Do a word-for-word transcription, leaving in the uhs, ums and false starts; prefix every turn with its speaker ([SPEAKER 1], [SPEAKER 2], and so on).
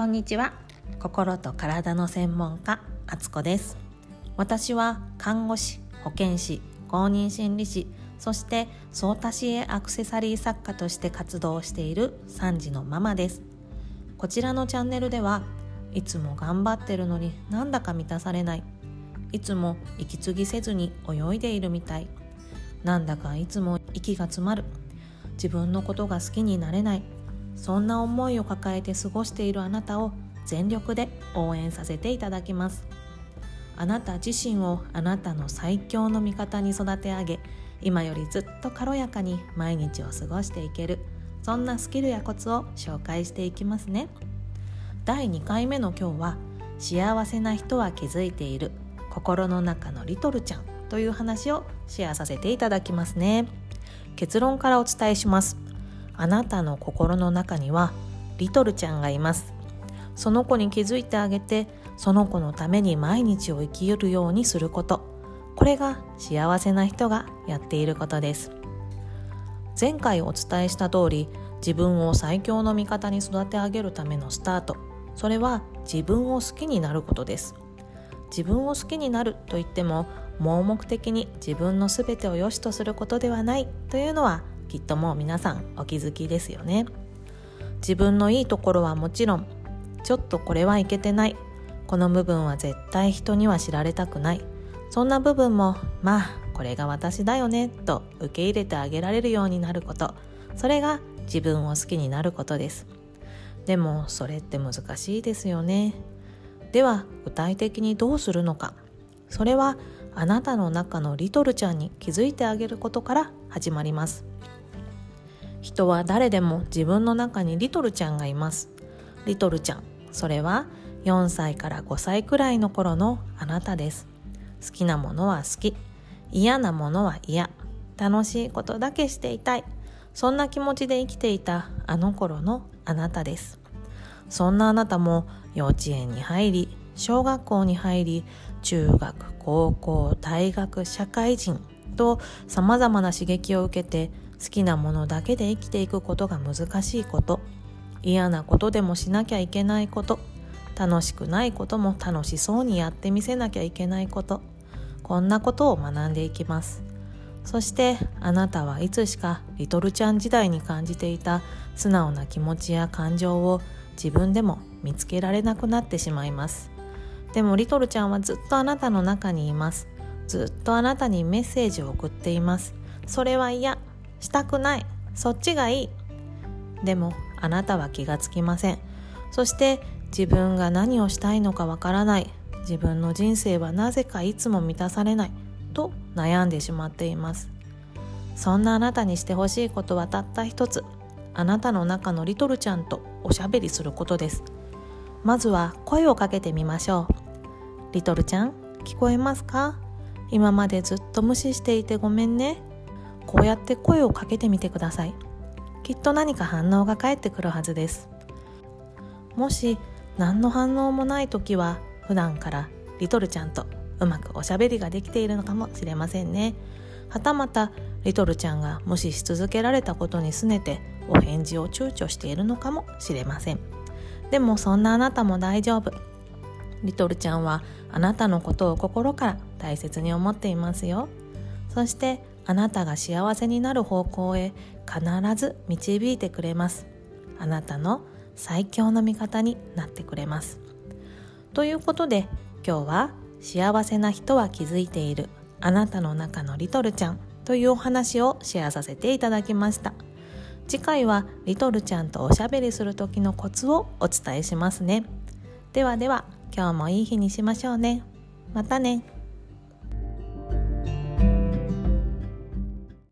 [SPEAKER 1] こんにちは。心と体の専門家あつこです。私は看護師、保健師、公認心理師、そしてソータシエアクセサリー作家として活動しているさんじのママです。こちらのチャンネルではいつも頑張ってるのになんだか満たされない、いつも息継ぎせずに泳いでいるみたい、なんだかいつも息が詰まる、自分のことが好きになれない、そんな思いを抱えて過ごしているあなたを全力で応援させていただきます。あなた自身をあなたの最強の味方に育て上げ、今よりずっと軽やかに毎日を過ごしていける、そんなスキルやコツを紹介していきますね。だいにかいめの今日は、幸せな人は気づいている心の中のリトルちゃんという話をシェアさせていただきますね。結論からお伝えします。あなたの心の中にはリトルちゃんがいます。その子に気づいてあげて、その子のために毎日を生きるようにすること、これが幸せな人がやっていることです。前回お伝えした通り、自分を最強の味方に育て上げるためのスタート、それは自分を好きになることです。自分を好きになるといっても、盲目的に自分のすべてを良しとすることではないというのは、きっともう皆さんお気づきですよね。自分のいいところはもちろん、ちょっとこれはいけてない、この部分は絶対人には知られたくない、そんな部分もまあこれが私だよねと受け入れてあげられるようになること、それが自分を好きになることです。でもそれって難しいですよね。では具体的にどうするのか。それはあなたの中のリトルちゃんに気づいてあげることから始まります。人は誰でも自分の中にリトルちゃんがいます。リトルちゃん、それはよんさいからごさいくらいの頃のあなたです。好きなものは好き、嫌なものは嫌、楽しいことだけしていたい、そんな気持ちで生きていたあの頃のあなたです。そんなあなたも幼稚園に入り、小学校に入り、中学、高校、大学、社会人とさまざまな刺激を受けて、好きなものだけで生きていくことが難しいこと、嫌なことでもしなきゃいけないこと、楽しくないことも楽しそうにやってみせなきゃいけないこと、こんなことを学んでいきます。そしてあなたはいつしかリトルちゃん時代に感じていた素直な気持ちや感情を自分でも見つけられなくなってしまいます。でもリトルちゃんはずっとあなたの中にいます。ずっとあなたにメッセージを送っています。それは嫌、したくない、そっちがいい。でもあなたは気がつきません。そして自分が何をしたいのかわからない、自分の人生はなぜかいつも満たされないと悩んでしまっています。そんなあなたにしてほしいことはたった一つ、あなたの中のリトルちゃんとおしゃべりすることです。まずは声をかけてみましょう。リトルちゃん、聞こえますか？今までずっと無視していてごめんね。こうやって声をかけてみてください。きっと何か反応が返ってくるはずです。もし何の反応もないときは、普段からリトルちゃんとうまくおしゃべりができているのかもしれませんね。はたまたリトルちゃんが無視し続けられたことに拗ねてお返事を躊躇しているのかもしれません。でもそんなあなたも大丈夫。リトルちゃんはあなたのことを心から大切に思っていますよ。そしてあなたが幸せになる方向へ必ず導いてくれます。あなたの最強の味方になってくれます。ということで今日は幸せな人は気づいているあなたの中のリトルちゃんというお話をシェアさせていただきました。次回はリトルちゃんとおしゃべりする時のコツをお伝えしますね。ではでは今日もいい日にしましょうね。またね。